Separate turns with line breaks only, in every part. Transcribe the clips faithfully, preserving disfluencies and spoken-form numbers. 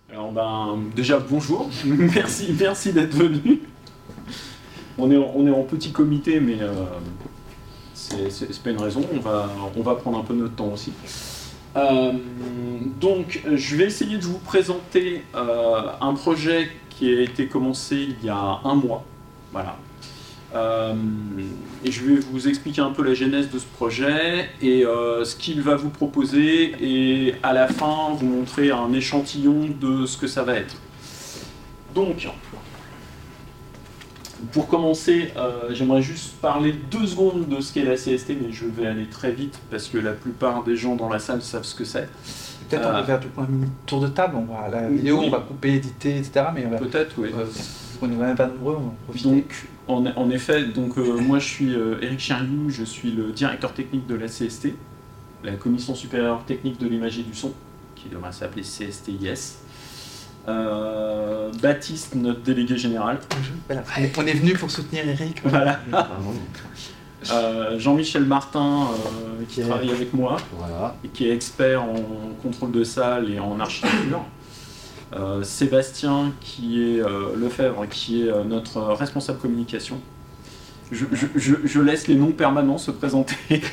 Alors ben, déjà bonjour, merci, merci d'être venu. On est, en, on est en petit comité, mais euh, c'est pas une raison, on va, on va prendre un peu notre temps aussi. Euh, donc je vais essayer de vous présenter euh, un projet qui a été commencé il y a un mois. Voilà. Euh, et je vais vous expliquer un peu la genèse de ce projet et euh, ce qu'il va vous proposer, et à la fin vous montrer un échantillon de ce que ça va être. Donc, pour commencer, euh, j'aimerais juste parler deux secondes de ce qu'est la C S T, mais je vais aller très vite parce que la plupart des gens dans la salle savent ce que c'est.
Peut-être euh, on va faire tout un mini tour de table, on va, la vidéo, oui. On va couper, éditer, et cetera. Mais
peut-être, oui.
Euh, on n'est même pas nombreux, on va profiter.
Donc, en, en effet, donc, euh, moi je suis euh, Éric Chériou, je suis le directeur technique de la C S T, la Commission supérieure technique de l'image et du son, qui devrait s'appeler C S T I S. Euh, Baptiste, notre délégué général.
Voilà. On est venu pour soutenir Éric.
Voilà. euh, Jean-Michel Martin, euh, qui okay. travaille avec moi, voilà. Et qui est expert en contrôle de salle et en architecture. Euh, Sébastien, qui est euh, Lefebvre, qui est euh, notre responsable communication. Je, je, je, je laisse les noms permanents se présenter.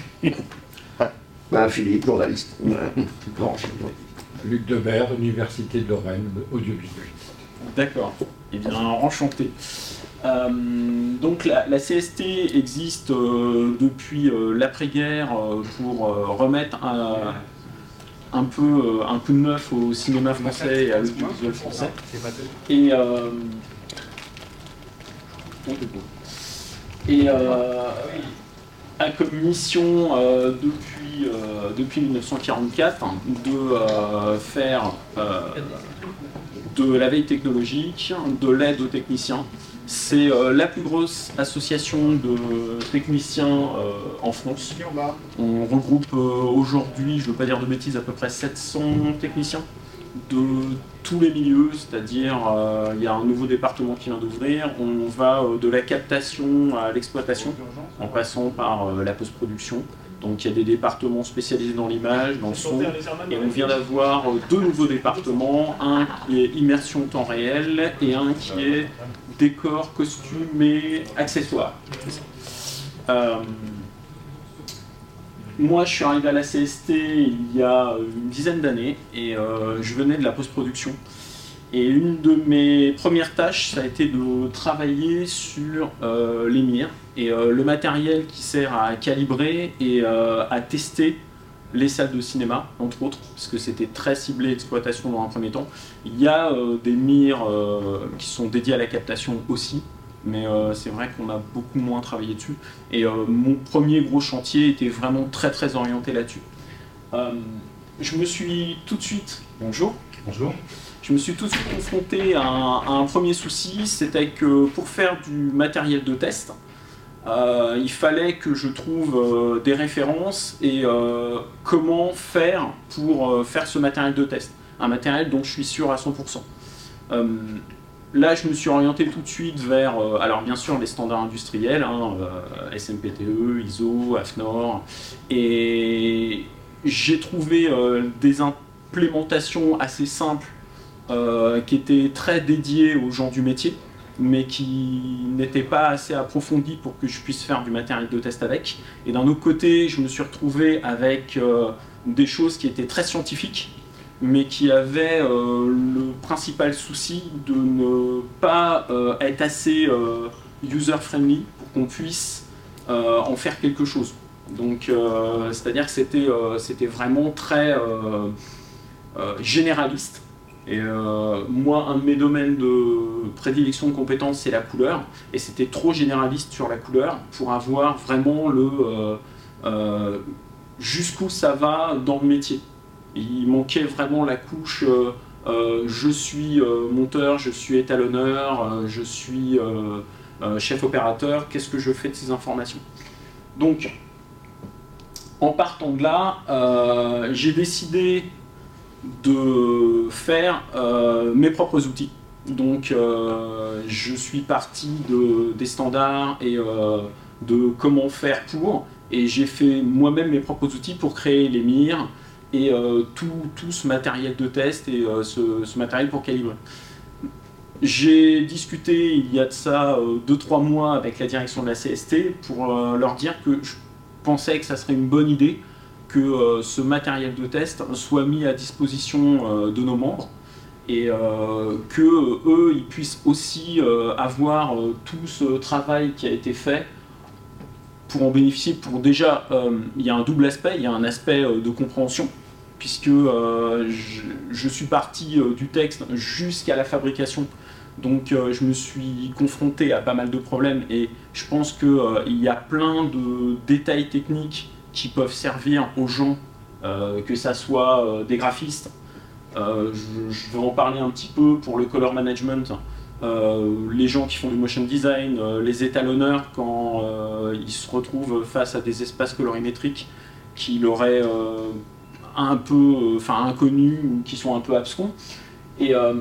Ben, Philippe, journaliste.
Bon. Luc Debert, Université de Lorraine, audiovisuel.
D'accord. Eh bien, enchanté. Euh, donc la, la C S T existe euh, depuis euh, l'après-guerre euh, pour euh, remettre un, un, peu, euh, un coup de neuf au cinéma français et à l'audiovisuel français. Et, euh, et euh, a comme mission euh, depuis, euh, depuis mille neuf cent quarante-quatre hein, de euh, faire euh, de la veille technologique, de l'aide aux techniciens. C'est euh, la plus grosse association de techniciens euh, en France. On regroupe euh, aujourd'hui, je ne veux pas dire de bêtises, à peu près sept cents techniciens de tous les milieux, c'est-à-dire euh, il y a un nouveau département qui vient d'ouvrir, on va euh, de la captation à l'exploitation, en passant par euh, la post-production. Donc il y a des départements spécialisés dans l'image, dans le son, et on vient d'avoir euh, deux nouveaux départements, un qui est immersion temps réel et un qui est décor, costume et accessoires. Euh, Moi, je suis arrivé à la C S T il y a une dizaine d'années et euh, je venais de la post-production. Et une de mes premières tâches, ça a été de travailler sur euh, les mires et euh, le matériel qui sert à calibrer et euh, à tester les salles de cinéma, entre autres, parce que c'était très ciblé exploitation dans un premier temps. Il y a euh, des mires euh, qui sont dédiés à la captation aussi, mais euh, c'est vrai qu'on a beaucoup moins travaillé dessus. Et euh, mon premier gros chantier était vraiment très très orienté là-dessus. Euh, je me suis tout de suite... Bonjour.
Bonjour.
Je me suis tout de suite confronté à un, à un premier souci, c'était que pour faire du matériel de test, euh, il fallait que je trouve euh, des références et euh, comment faire pour euh, faire ce matériel de test. Un matériel dont je suis sûr à cent pour cent. Euh, Là, je me suis orienté tout de suite vers, euh, alors bien sûr, les standards industriels, hein, euh, S M P T E, I S O, A F N O R, et j'ai trouvé euh, des implémentations assez simples euh, qui étaient très dédiées aux gens du métier, mais qui n'étaient pas assez approfondies pour que je puisse faire du matériel de test avec. Et d'un autre côté, je me suis retrouvé avec euh, des choses qui étaient très scientifiques, mais qui avait euh, le principal souci de ne pas euh, être assez euh, user-friendly pour qu'on puisse euh, en faire quelque chose. Donc, euh, c'est-à-dire que c'était euh, c'était vraiment très euh, euh, généraliste. Et euh, moi, un de mes domaines de prédilection de compétences, c'est la couleur, et c'était trop généraliste sur la couleur pour avoir vraiment le euh, euh, jusqu'où ça va dans le métier. Il manquait vraiment la couche euh, euh, je suis euh, monteur, je suis étalonneur, euh, je suis euh, euh, chef opérateur, qu'est-ce que je fais de ces informations? Donc, en partant de là, euh, j'ai décidé de faire euh, mes propres outils. Donc, euh, je suis parti de, des standards et euh, de comment faire pour, et j'ai fait moi-même mes propres outils pour créer les mires, et euh, tout, tout ce matériel de test et euh, ce, ce matériel pour calibrer. J'ai discuté il y a de ça deux trois mois avec la direction de la C S T pour euh, leur dire que je pensais que ça serait une bonne idée que euh, ce matériel de test soit mis à disposition euh, de nos membres et euh, que euh, eux ils puissent aussi euh, avoir euh, tout ce travail qui a été fait pour en bénéficier. Pour déjà, euh, il y a un double aspect, il y a un aspect euh, de compréhension, puisque euh, je, je suis parti euh, du texte jusqu'à la fabrication. Donc euh, je me suis confronté à pas mal de problèmes et je pense qu'il euh, y a plein de détails techniques qui peuvent servir aux gens, euh, que ça soit euh, des graphistes. Euh, je, je vais en parler un petit peu pour le color management. Euh, les gens qui font du motion design, euh, les étalonneurs quand euh, ils se retrouvent face à des espaces colorimétriques qui leur est euh, un peu enfin, euh, inconnus ou qui sont un peu abscons. Et euh,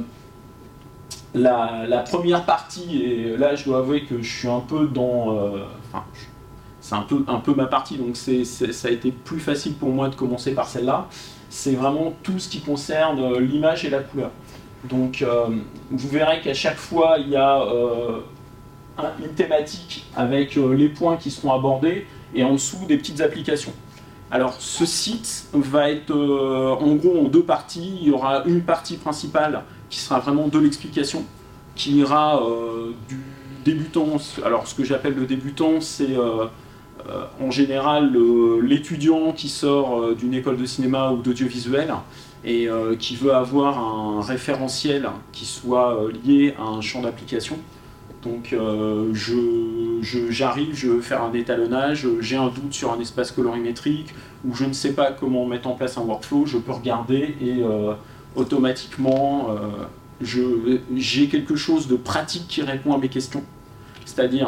la, la première partie, et là je dois avouer que je suis un peu dans... Euh, enfin, c'est un peu, un peu ma partie, donc c'est, c'est, ça a été plus facile pour moi de commencer par celle-là. C'est vraiment tout ce qui concerne l'image et la couleur. Donc euh, vous verrez qu'à chaque fois il y a euh, un, une thématique avec euh, les points qui seront abordés et en dessous des petites applications. Alors ce site va être euh, en gros en deux parties. Il y aura une partie principale qui sera vraiment de l'explication, qui ira euh, du débutant. Alors ce que j'appelle le débutant, c'est euh, euh, en général le, l'étudiant qui sort euh, d'une école de cinéma ou d'audiovisuel et euh, qui veut avoir un référentiel qui soit euh, lié à un champ d'application. Donc euh, je, je, j'arrive, je veux faire un étalonnage, j'ai un doute sur un espace colorimétrique, ou je ne sais pas comment mettre en place un workflow, je peux regarder et euh, automatiquement euh, je, j'ai quelque chose de pratique qui répond à mes questions. C'est-à-dire,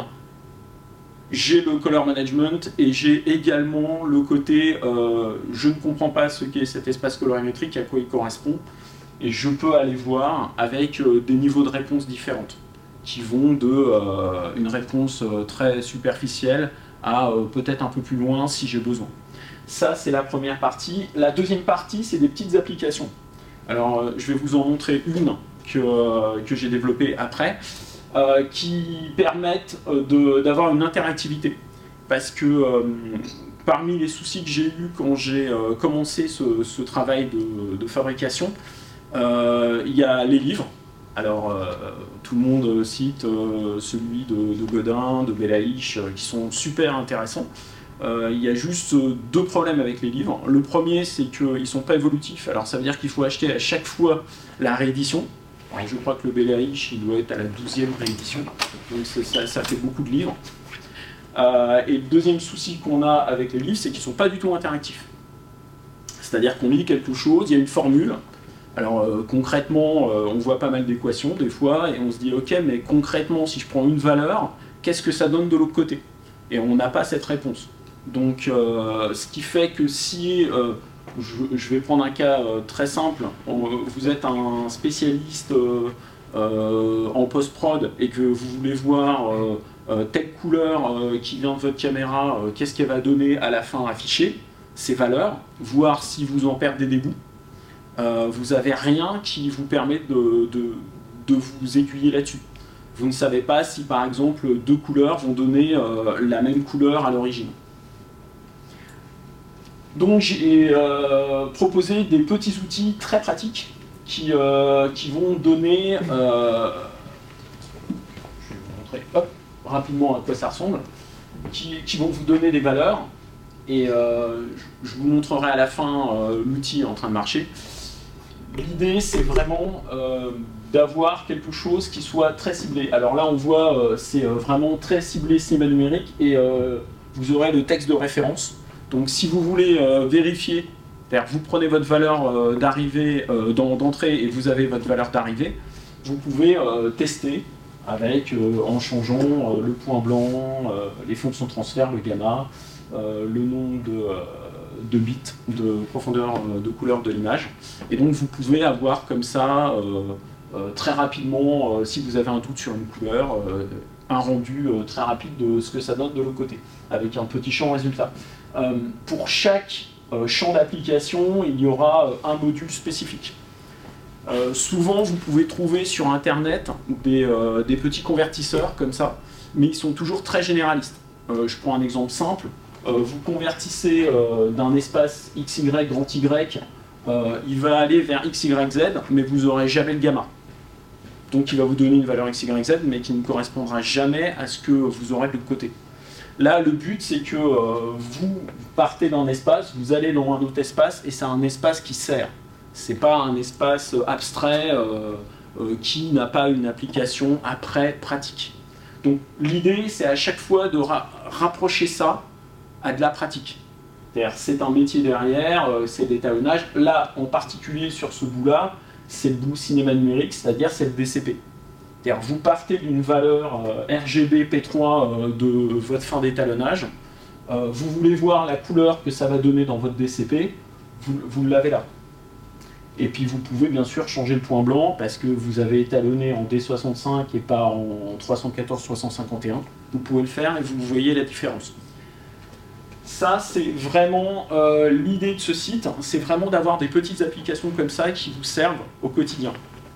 j'ai le color management et j'ai également le côté euh, je ne comprends pas ce qu'est cet espace colorimétrique, à quoi il correspond, et je peux aller voir avec euh, des niveaux de réponse différentes qui vont de euh, une réponse euh, très superficielle à euh, peut-être un peu plus loin si j'ai besoin. Ça, c'est la première partie. La deuxième partie, c'est des petites applications. Alors, euh, je vais vous en montrer une que, euh, que j'ai développée après. Euh, qui permettent euh, de, d'avoir une interactivité. Parce que euh, parmi les soucis que j'ai eus quand j'ai euh, commencé ce, ce travail de, de fabrication, euh, il y a les livres. Alors euh, tout le monde cite euh, celui de, de Godin, de Belaïch, euh, qui sont super intéressants. Euh, il y a juste deux problèmes avec les livres. Le premier, c'est qu'ils ne sont pas évolutifs. Alors ça veut dire qu'il faut acheter à chaque fois la réédition. Je crois que le Belaïch, il doit être à la douzième réédition, donc ça, ça fait beaucoup de livres. Euh, et le deuxième souci qu'on a avec les livres, c'est qu'ils ne sont pas du tout interactifs. C'est-à-dire qu'on lit quelque chose, il y a une formule. Alors euh, concrètement, euh, on voit pas mal d'équations des fois, et on se dit ok, mais concrètement, si je prends une valeur, qu'est-ce que ça donne de l'autre côté? Et on n'a pas cette réponse. Donc euh, ce qui fait que si... Euh, Je, je vais prendre un cas euh, très simple. On, vous êtes un spécialiste euh, euh, en post-prod et que vous voulez voir euh, euh, telle couleur euh, qui vient de votre caméra, euh, qu'est-ce qu'elle va donner à la fin affichée, ces valeurs, voir si vous en perdez des bouts. Euh, vous n'avez rien qui vous permet de, de, de vous aiguiller là-dessus. Vous ne savez pas si par exemple deux couleurs vont donner euh, la même couleur à l'origine. Donc j'ai euh, proposé des petits outils très pratiques qui, euh, qui vont donner, euh, je vais vous montrer hop, rapidement à quoi ça ressemble, qui, qui vont vous donner des valeurs, et euh, je vous montrerai à la fin euh, l'outil en train de marcher. L'idée c'est vraiment euh, d'avoir quelque chose qui soit très ciblé. Alors là on voit, euh, c'est vraiment très ciblé cinéma numérique, et euh, vous aurez le texte de référence. Donc si vous voulez euh, vérifier, c'est-à-dire vous prenez votre valeur euh, d'arrivée euh, dans, d'entrée et vous avez votre valeur d'arrivée, vous pouvez euh, tester avec, euh, en changeant euh, le point blanc, euh, les fonctions transfert, le gamma, euh, le nombre de, euh, de bits, de profondeur euh, de couleur de l'image. Et donc vous pouvez avoir comme ça, euh, euh, très rapidement, euh, si vous avez un doute sur une couleur, euh, un rendu euh, très rapide de ce que ça donne de l'autre côté, avec un petit champ résultat. Euh, pour chaque euh, champ d'application, il y aura euh, un module spécifique. Euh, souvent, vous pouvez trouver sur Internet des, euh, des petits convertisseurs comme ça, mais ils sont toujours très généralistes. Euh, je prends un exemple simple. Euh, vous convertissez euh, d'un espace X Y grand Y, euh, il va aller vers X Y Z, mais vous n'aurez jamais le gamma. Donc il va vous donner une valeur X Y Z, mais qui ne correspondra jamais à ce que vous aurez de l'autre côté. Là, le but, c'est que euh, vous partez d'un espace, vous allez dans un autre espace, et c'est un espace qui sert. C'est pas un espace abstrait euh, euh, qui n'a pas une application après pratique. Donc l'idée, c'est à chaque fois de ra rapprocher ça à de la pratique. C'est-à-dire, c'est un métier derrière, euh, c'est l'étalonnage. Là, en particulier sur ce bout-là, c'est le bout cinéma numérique, c'est-à-dire c'est le D C P. C'est-à-dire, vous partez d'une valeur euh, R G B P trois euh, de votre fin d'étalonnage, euh, vous voulez voir la couleur que ça va donner dans votre D C P, vous, vous l'avez là. Et puis vous pouvez bien sûr changer le point blanc parce que vous avez étalonné en D soixante-cinq et pas en trois cent quatorze trois cent cinquante et un. Vous pouvez le faire et vous voyez la différence. Ça, c'est vraiment euh, l'idée de ce site, c'est vraiment d'avoir des petites applications comme ça qui vous servent au quotidien.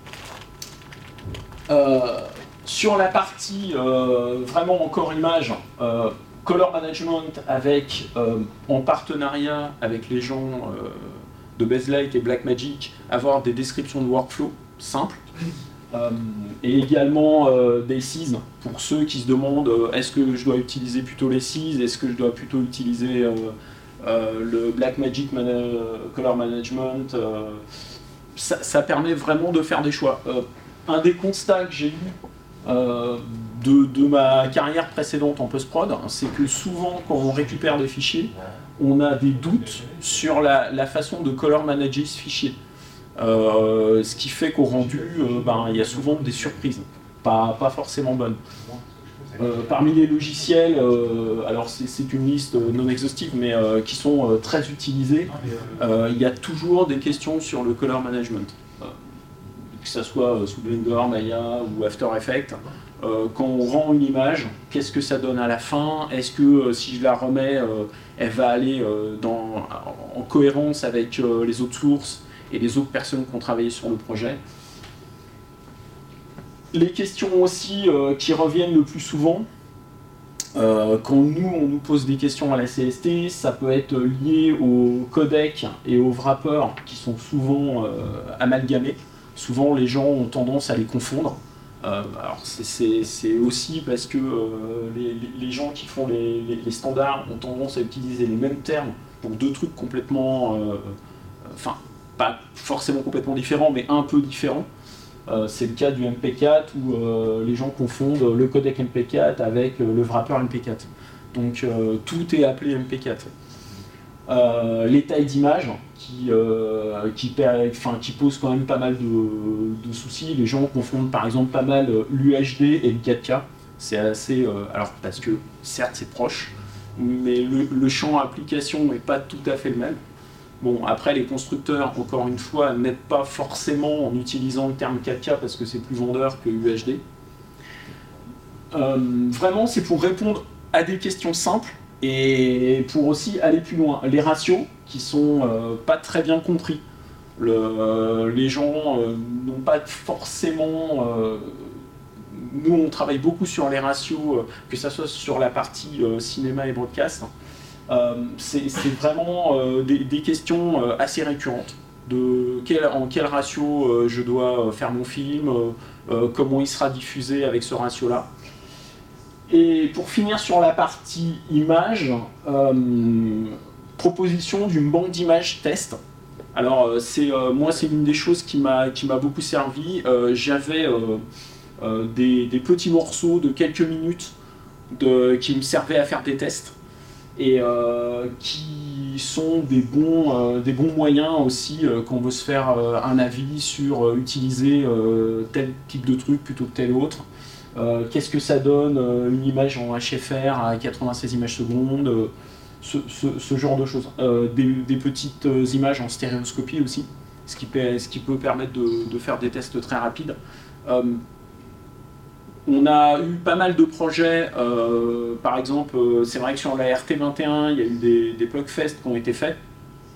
Euh, sur la partie euh, vraiment encore image, euh, color management avec, euh, en partenariat avec les gens euh, de Bezlight et Blackmagic, avoir des descriptions de workflow simples. Euh, et également euh, des S I S pour ceux qui se demandent euh, est-ce que je dois utiliser plutôt les S I S, est-ce que je dois plutôt utiliser euh, euh, le Blackmagic Man Color Management. Euh, ça, ça permet vraiment de faire des choix. Euh, un des constats que j'ai eu euh, de, de ma carrière précédente en post-prod, c'est que souvent quand on récupère des fichiers, on a des doutes sur la, la façon de color manager ce fichier. Euh, ce qui fait qu'au rendu, euh, ben, il y a souvent des surprises, pas, pas forcément bonnes. Euh, parmi les logiciels, euh, alors c'est une liste non exhaustive, mais euh, qui sont euh, très utilisés, euh, il y a toujours des questions sur le color management. Euh, que ce soit sous Blender, Maya ou After Effects. Euh, quand on rend une image, qu'est-ce que ça donne à la fin? Est-ce que euh, si je la remets, euh, elle va aller euh, dans, en cohérence avec euh, les autres sources et les autres personnes qui ont travaillé sur le projet? Les questions aussi euh, qui reviennent le plus souvent, euh, quand nous on nous pose des questions à la C S T, ça peut être lié au codec et aux wrappers qui sont souvent euh, amalgamés. Souvent les gens ont tendance à les confondre. Euh, alors c'est aussi parce que euh, les, les gens qui font les, les, les standards ont tendance à utiliser les mêmes termes pour deux trucs complètement, euh, enfin pas forcément complètement différents, mais un peu différents. Euh, c'est le cas du M P quatre où euh, les gens confondent le codec M P quatre avec euh, le wrapper M P quatre. Donc euh, tout est appelé M P quatre. Euh, les tailles d'image qui, euh, qui, enfin, qui posent quand même pas mal de, de soucis. Les gens confondent par exemple pas mal l'U H D et le quatre K. C'est assez, euh, alors parce que certes c'est proche, mais le, le champ application n'est pas tout à fait le même. Bon, après les constructeurs, encore une fois, n'aident pas forcément en utilisant le terme quatre K parce que c'est plus vendeur que U H D. Euh, vraiment, c'est pour répondre à des questions simples et pour aussi aller plus loin. Les ratios qui sont euh, pas très bien compris. Le, euh, les gens euh, n'ont pas forcément... Euh, nous, on travaille beaucoup sur les ratios, euh, que ce soit sur la partie euh, cinéma et broadcast. Euh, c'est vraiment euh, des, des questions euh, assez récurrentes. De quel, en quel ratio euh, je dois faire mon film, euh, euh, comment il sera diffusé avec ce ratio-là. Et pour finir sur la partie image, euh, proposition d'une banque d'images test. Alors euh, c'est euh, moi c'est une des choses qui m'a qui m'a beaucoup servi. Euh, J'avais euh, euh, des, des petits morceaux de quelques minutes de, qui me servaient à faire des tests et euh, qui sont des bons, euh, des bons moyens aussi euh, quand on veut se faire euh, un avis sur euh, utiliser euh, tel type de truc plutôt que tel autre. Euh, Qu'est-ce que ça donne euh, une image en H F R à quatre-vingt-seize images secondes, euh, ce, ce, ce genre de choses. Euh, des, des petites euh, images en stéréoscopie aussi, ce qui peut, ce qui peut permettre de, de faire des tests très rapides. Euh, on a eu pas mal de projets, euh, par exemple, euh, c'est vrai que sur la R T vingt et un, il y a eu des, des Plugfest qui ont été faits.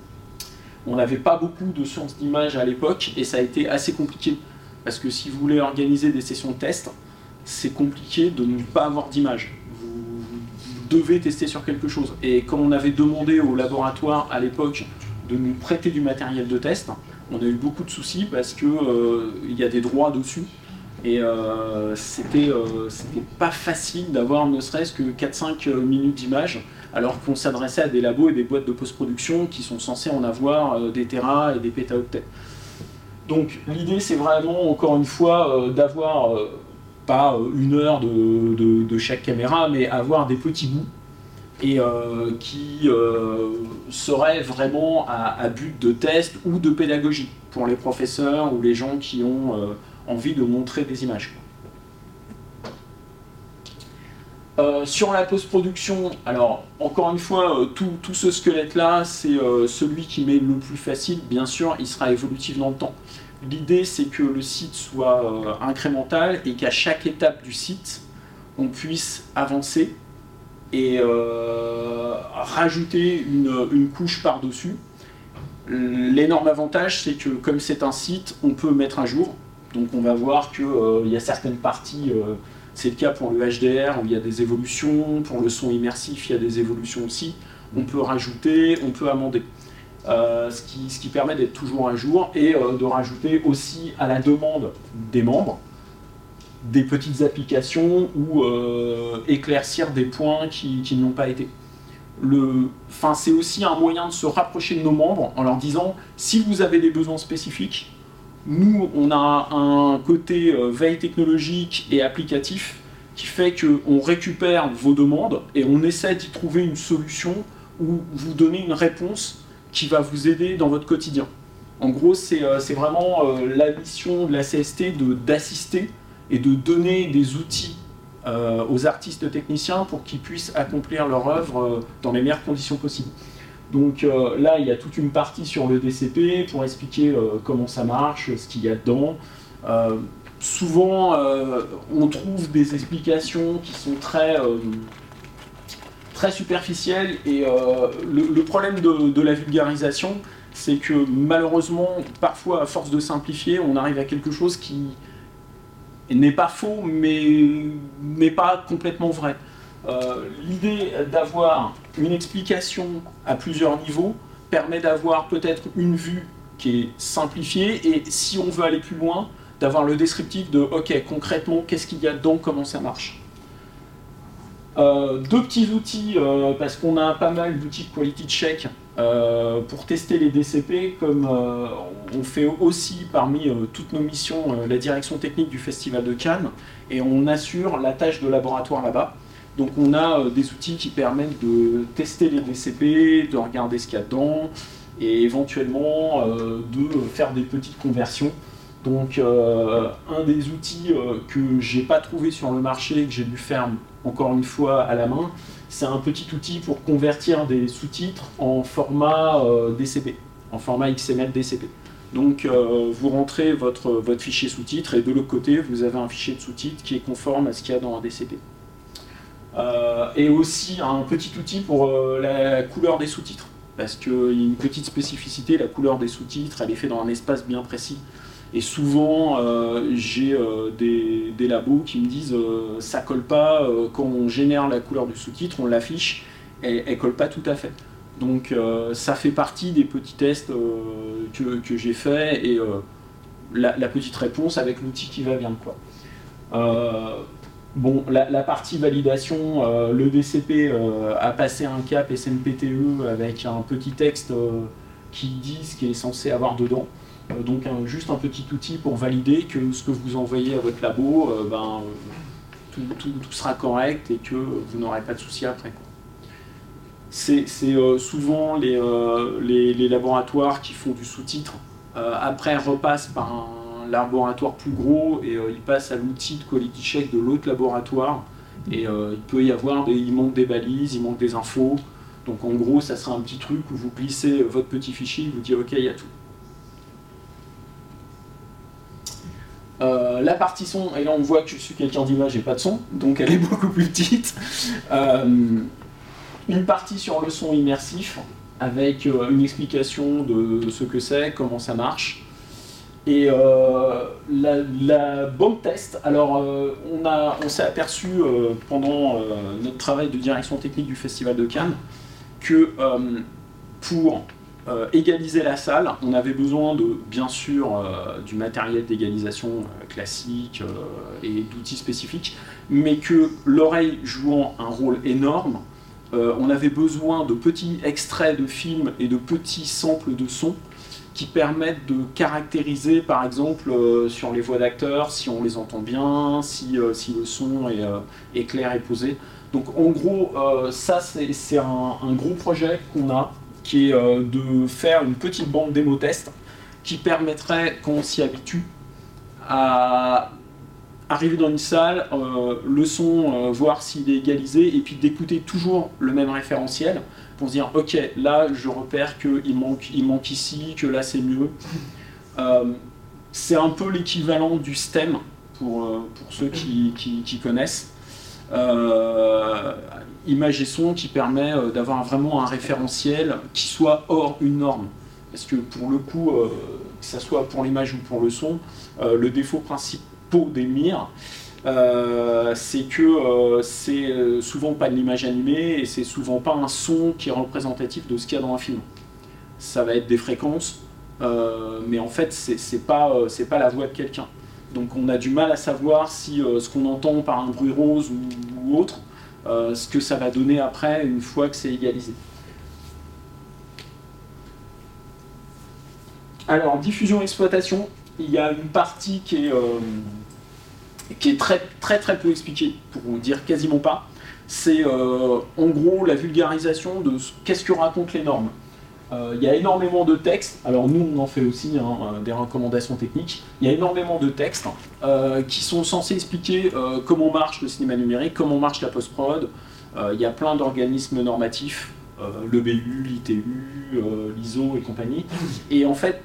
On n'avait pas beaucoup de sources d'images à l'époque et ça a été assez compliqué. Parce que si vous voulez organiser des sessions de test, c'est compliqué de ne pas avoir d'images. Vous, vous devez tester sur quelque chose. Et quand on avait demandé au laboratoire à l'époque de nous prêter du matériel de test, on a eu beaucoup de soucis parce qu'il euh, y a des droits dessus. Et euh, c'était euh, c'était pas facile d'avoir ne serait-ce que quatre cinq minutes d'image, alors qu'on s'adressait à des labos et des boîtes de post-production qui sont censés en avoir euh, des téras et des pétaoctets. Donc l'idée c'est vraiment, encore une fois, euh, d'avoir euh, pas une heure de, de, de chaque caméra, mais avoir des petits bouts et euh, qui euh, seraient vraiment à, à but de test ou de pédagogie pour les professeurs ou les gens qui ont euh, envie de montrer des images. Euh, sur la post-production, alors encore une fois, euh, tout, tout ce squelette-là, c'est euh, celui qui met le plus facile. Bien sûr, il sera évolutif dans le temps. L'idée, c'est que le site soit euh, incrémental et qu'à chaque étape du site, on puisse avancer et euh, rajouter une, une couche par-dessus. L'énorme avantage, c'est que comme c'est un site, on peut mettre à jour. Donc on va voir qu'il euh, y a certaines parties, euh, c'est le cas pour le H D R, où il y a des évolutions, pour le son immersif, il y a des évolutions aussi. On peut rajouter, on peut amender. Euh, ce, qui, ce qui permet d'être toujours à jour et euh, de rajouter aussi à la demande des membres des petites applications ou euh, éclaircir des points qui, qui n'y ont pas été. Le, enfin, c'est aussi un moyen de se rapprocher de nos membres en leur disant si vous avez des besoins spécifiques, nous on a un côté euh, veille technologique et applicatif qui fait qu'on récupère vos demandes et on essaie d'y trouver une solution ou vous donner une réponse qui va vous aider dans votre quotidien. En gros, c'est euh, vraiment euh, la mission de la C S T d'assister et de donner des outils euh, aux artistes techniciens pour qu'ils puissent accomplir leur œuvre euh, dans les meilleures conditions possibles. Donc euh, là, il y a toute une partie sur le D C P pour expliquer euh, comment ça marche, ce qu'il y a dedans. Euh, souvent, euh, on trouve des explications qui sont très... Euh, très superficielle et euh, le, le problème de, de la vulgarisation, c'est que malheureusement, parfois à force de simplifier, on arrive à quelque chose qui n'est pas faux, mais n'est pas complètement vrai. Euh, L'idée d'avoir une explication à plusieurs niveaux permet d'avoir peut-être une vue qui est simplifiée et si on veut aller plus loin, d'avoir le descriptif de « ok, concrètement, qu'est-ce qu'il y a dedans, comment ça marche ?» Euh, deux petits outils, euh, parce qu'on a pas mal d'outils de quality check euh, pour tester les D C P, comme euh, on fait aussi parmi euh, toutes nos missions euh, la direction technique du Festival de Cannes, et on assure la tâche de laboratoire là-bas. Donc on a euh, des outils qui permettent de tester les D C P, de regarder ce qu'il y a dedans, et éventuellement euh, de faire des petites conversions. Donc euh, un des outils euh, que j'ai pas trouvé sur le marché, que j'ai dû faire encore une fois à la main, c'est un petit outil pour convertir des sous-titres en format euh, D C P, en format X M L D C P. Donc euh, vous rentrez votre, votre fichier sous-titres et de l'autre côté vous avez un fichier de sous-titres qui est conforme à ce qu'il y a dans un D C P. Euh, et aussi un petit outil pour euh, la couleur des sous-titres, parce qu'il y a une petite spécificité, la couleur des sous-titres, elle est faite dans un espace bien précis. Et souvent, euh, j'ai euh, des, des labos qui me disent euh, ça colle pas, euh, quand on génère la couleur du sous-titre, on l'affiche, et elle colle pas tout à fait. Donc euh, ça fait partie des petits tests euh, que, que j'ai fait et euh, la, la petite réponse avec l'outil qui va bien, quoi. Euh, bon, la, la partie validation, euh, le D C P euh, a passé un cap S M P T E avec un petit texte euh, qui dit ce qu'il est censé avoir dedans. Euh, donc un, juste un petit outil pour valider que ce que vous envoyez à votre labo, euh, ben, euh, tout, tout, tout sera correct et que vous n'aurez pas de soucis après, quoi. C'est euh, souvent les, euh, les, les laboratoires qui font du sous-titre, euh, après repassent par un laboratoire plus gros et euh, ils passent à l'outil de quality check de l'autre laboratoire et euh, il peut y avoir des, il manque des balises, il manque des infos. Donc en gros ça sera un petit truc où vous glissez votre petit fichier, vous dites ok, il y a tout. Euh, la partie son, et là on voit que je suis quelqu'un d'image et pas de son, donc elle est beaucoup plus petite. Euh, une partie sur le son immersif, avec euh, une explication de ce que c'est, comment ça marche. Et euh, la, la bombe test, alors euh, on, a, on s'est aperçu euh, pendant euh, notre travail de direction technique du Festival de Cannes que euh, pour euh, égaliser la salle, on avait besoin de, bien sûr, euh, du matériel d'égalisation euh, classique euh, et d'outils spécifiques, mais que l'oreille jouant un rôle énorme, euh, on avait besoin de petits extraits de films et de petits samples de sons qui permettent de caractériser, par exemple, euh, sur les voix d'acteurs, si on les entend bien, si, euh, si le son est, euh, est clair et posé. Donc en gros, euh, ça c'est un, un gros projet qu'on a, qui est euh, de faire une petite bande démo test qui permettrait, quand on s'y habitue, à arriver dans une salle, euh, le son, euh, voir s'il est égalisé, et puis d'écouter toujours le même référentiel, pour se dire, ok, là je repère qu'il manque, il manque ici, que là c'est mieux. Euh, c'est un peu l'équivalent du S T E M, pour, euh, pour ceux qui, qui, qui connaissent. Euh, image et son qui permet euh, d'avoir vraiment un référentiel qui soit hors une norme. Parce que pour le coup, euh, que ce soit pour l'image ou pour le son, euh, le défaut principal des M I R, Euh, c'est que euh, c'est souvent pas de l'image animée et c'est souvent pas un son qui est représentatif de ce qu'il y a dans un film. Ça va être des fréquences, euh, mais en fait c'est pas, euh, c'est pas la voix de quelqu'un. Donc on a du mal à savoir si euh, ce qu'on entend par un bruit rose ou, ou autre, euh, ce que ça va donner après une fois que c'est égalisé. Alors diffusion exploitation, il y a une partie qui est euh, qui est très très très peu expliqué, pour vous dire quasiment pas. C'est euh, en gros la vulgarisation de qu'est-ce que racontent les normes. Euh, il y a énormément de textes, alors nous on en fait aussi hein, des recommandations techniques, il y a énormément de textes euh, qui sont censés expliquer euh, comment marche le cinéma numérique, comment marche la post-prod. Euh, il y a plein d'organismes normatifs, euh, l'E B U, l'I T U, euh, l'I S O et compagnie. Et en fait,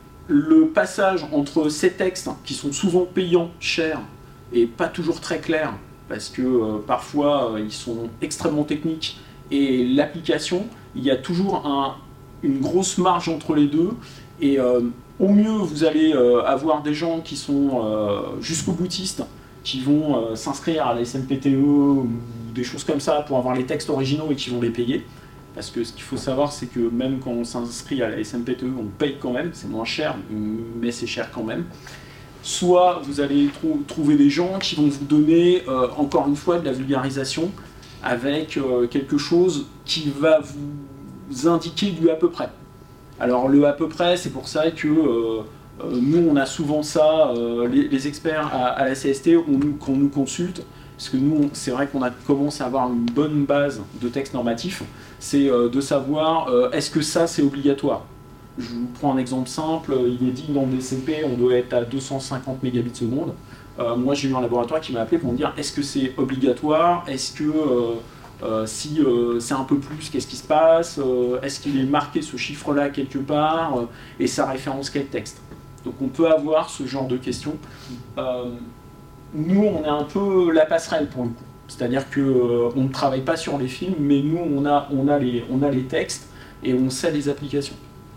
le passage entre ces textes qui sont souvent payants, chers, et pas toujours très clair, parce que euh, parfois euh, ils sont extrêmement techniques, et l'application, il y a toujours un, une grosse marge entre les deux, et euh, au mieux vous allez euh, avoir des gens qui sont euh, jusqu'au boutistes, qui vont euh, s'inscrire à la S M P T E ou des choses comme ça pour avoir les textes originaux et qui vont les payer, parce que ce qu'il faut savoir c'est que même quand on s'inscrit à la S M P T E, on paye quand même, c'est moins cher, mais c'est cher quand même. Soit vous allez trou trouver des gens qui vont vous donner, euh, encore une fois, de la vulgarisation avec euh, quelque chose qui va vous indiquer du à peu près. Alors le à peu près, c'est pour ça que euh, euh, nous, on a souvent ça, euh, les, les experts à, à la C S T, on nous, qu'on nous consulte, parce que nous, c'est vrai qu'on a commencé à avoir une bonne base de texte normatif, c'est euh, de savoir, euh, est-ce que ça, c'est obligatoire ? Je vous prends un exemple simple, il est dit dans le D C P, on doit être à deux cent cinquante mégabits seconde. Euh, moi j'ai eu un laboratoire qui m'a appelé pour me dire est-ce que c'est obligatoire, est-ce que euh, euh, si euh, c'est un peu plus, qu'est-ce qui se passe, euh, est-ce qu'il est marqué ce chiffre-là quelque part, euh, et ça référence quel texte. Donc on peut avoir ce genre de questions. Euh, nous on est un peu la passerelle pour le coup, c'est-à-dire qu'on euh, ne travaille pas sur les films, mais nous on a, on a, les, on a les textes et on sait les applications.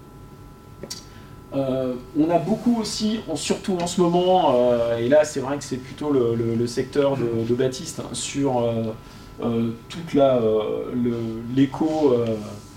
Euh, on a beaucoup aussi, surtout en ce moment, euh, et là c'est vrai que c'est plutôt le, le, le secteur de, de Baptiste, hein, sur euh, euh, toute la euh, l'éco euh,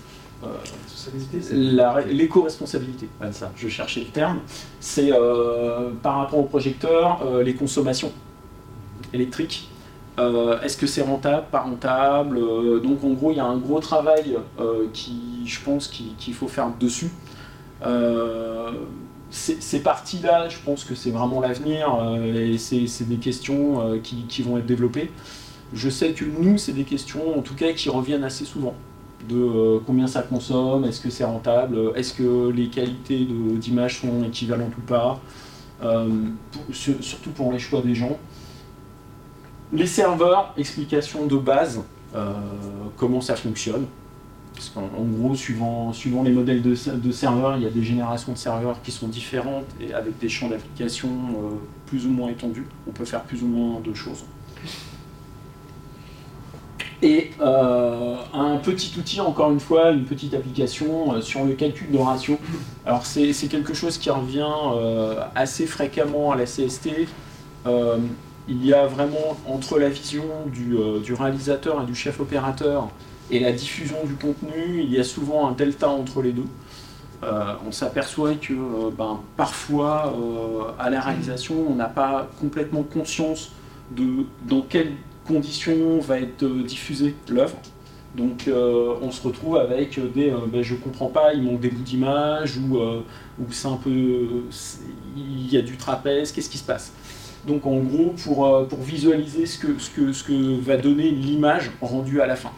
euh, l'éco-responsabilité, voilà, ça, je cherchais le terme, c'est euh, par rapport aux projecteurs, euh, les consommations électriques. Euh, Est-ce que c'est rentable, pas rentable, euh, donc en gros il y a un gros travail euh, qui, je pense, qu'il qu'il faut faire dessus. Euh, ces, ces parties-là, je pense que c'est vraiment l'avenir euh, et c'est des questions euh, qui, qui vont être développées. Je sais que nous, c'est des questions, en tout cas, qui reviennent assez souvent. De euh, combien ça consomme, est-ce que c'est rentable, est-ce que les qualités d'image sont équivalentes ou pas, euh, pour, sur, surtout pour les choix des gens. Les serveurs, explication de base, euh, comment ça fonctionne. Parce qu'en gros, suivant, suivant les modèles de, de serveurs, il y a des générations de serveurs qui sont différentes et avec des champs d'application euh, plus ou moins étendus. On peut faire plus ou moins de choses. Et euh, un petit outil, encore une fois, une petite application euh, sur le calcul de ratio. Alors c'est quelque chose qui revient euh, assez fréquemment à la C S T. Euh, il y a vraiment, entre la vision du, euh, du réalisateur et du chef opérateur et la diffusion du contenu, il y a souvent un delta entre les deux. Euh, on s'aperçoit que euh, ben, parfois, euh, à la réalisation, on n'a pas complètement conscience de dans quelle conditions va être diffusée l'œuvre. Donc euh, on se retrouve avec des euh, ben, je comprends pas, il manque des bouts d'image ou, euh, ou c'est un peu il y a du trapèze, qu'est-ce qui se passe? Donc en gros pour, euh, pour visualiser ce que, ce, que, ce que va donner l'image rendue à la fin.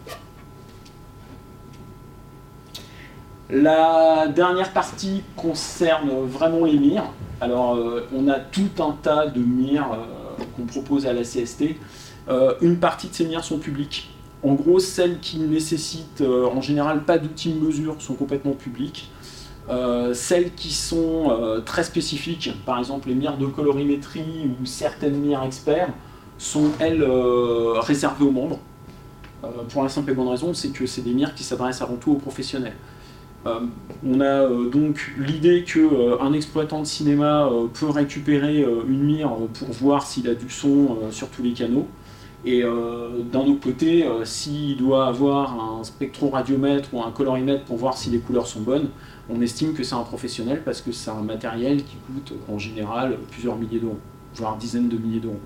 La dernière partie concerne vraiment les mires. Alors euh, on a tout un tas de mires euh, qu'on propose à la C S T. Euh, une partie de ces mires sont publiques. En gros, celles qui ne nécessitent euh, en général pas d'outils de mesure sont complètement publiques. Euh, celles qui sont euh, très spécifiques, par exemple les mires de colorimétrie ou certaines mires experts, sont elles euh, réservées aux membres. Euh, pour la simple et bonne raison, c'est que c'est des mires qui s'adressent avant tout aux professionnels. Euh, on a euh, donc l'idée qu'un euh, exploitant de cinéma euh, peut récupérer euh, une mire pour voir s'il a du son euh, sur tous les canaux. Et euh, d'un autre côté, euh, s'il doit avoir un spectro-radiomètre ou un colorimètre pour voir si les couleurs sont bonnes, on estime que c'est un professionnel parce que c'est un matériel qui coûte en général plusieurs milliers d'euros, voire dizaines de milliers d'euros.